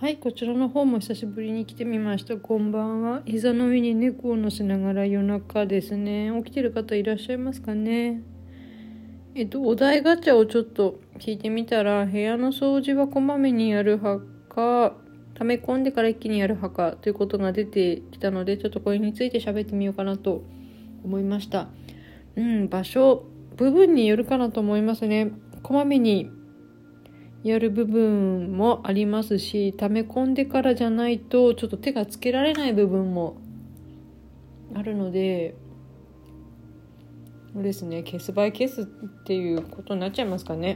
はい、こちらの方も久しぶりに来てみました。こんばんは。膝の上に猫を乗せながら夜中ですね。起きてる方いらっしゃいますかね。お題ガチャをちょっと聞いてみたら、部屋の掃除はこまめにやる派か、溜め込んでから一気にやる派かということが出てきたので、ちょっとこれについて喋ってみようかなと思いました。場所、部分によるかなと思いますね。こまめにやる部分もありますし、溜め込んでからじゃないとちょっと手がつけられない部分もあるので、そうですね、ケースバイケースっていうことになっちゃいますかね。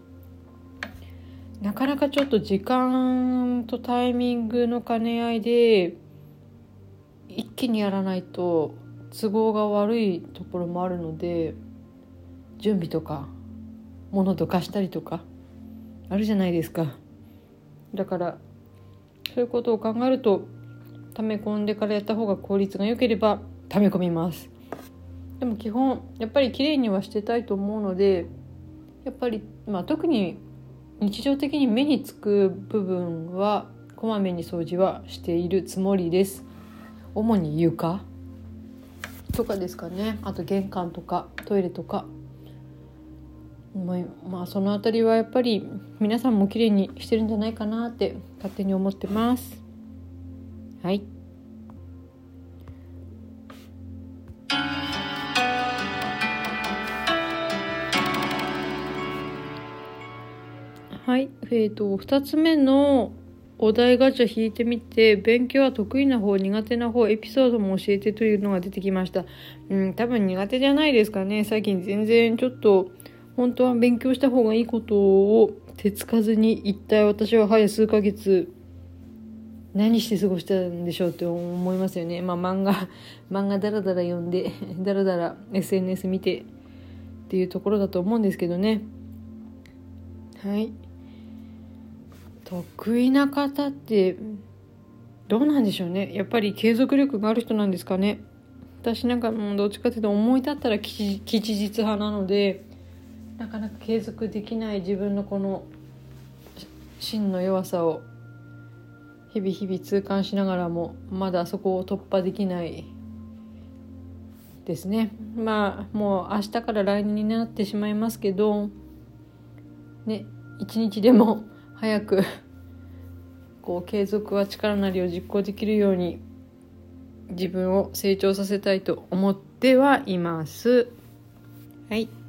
なかなかちょっと時間とタイミングの兼ね合いで一気にやらないと都合が悪いところもあるので、準備とか物どかしたりとかあるじゃないですか。だからそういうことを考えると、溜め込んでからやった方が効率が良ければ溜め込みます。でも基本やっぱり綺麗にはしてたいと思うので、やっぱり、特に日常的に目につく部分はこまめに掃除はしているつもりです。主に床とかですかね。あと玄関とかトイレとか、そのあたりはやっぱり皆さんも綺麗にしてるんじゃないかなって勝手に思ってます。はい。はい、2つ目のお題ガチャ引いてみて、勉強は得意な方、苦手な方、エピソードも教えてというのが出てきました。多分苦手じゃないですかね。最近全然ちょっと本当は勉強した方がいいことを手つかずに一体私は数ヶ月何して過ごしたんでしょうって思いますよね。漫画だらだら読んでだらだら SNS 見てっていうところだと思うんですけどね。はい。得意な方ってどうなんでしょうね。やっぱり継続力がある人なんですかね。私なんかどっちかというと思い立ったら吉日派なので、なかなか継続できない自分のこの芯の弱さを日々痛感しながらも、まだそこを突破できないですね。もう明日から来年になってしまいますけどね、一日でも早く継続は力なりを実行できるように自分を成長させたいと思ってはいます。はい。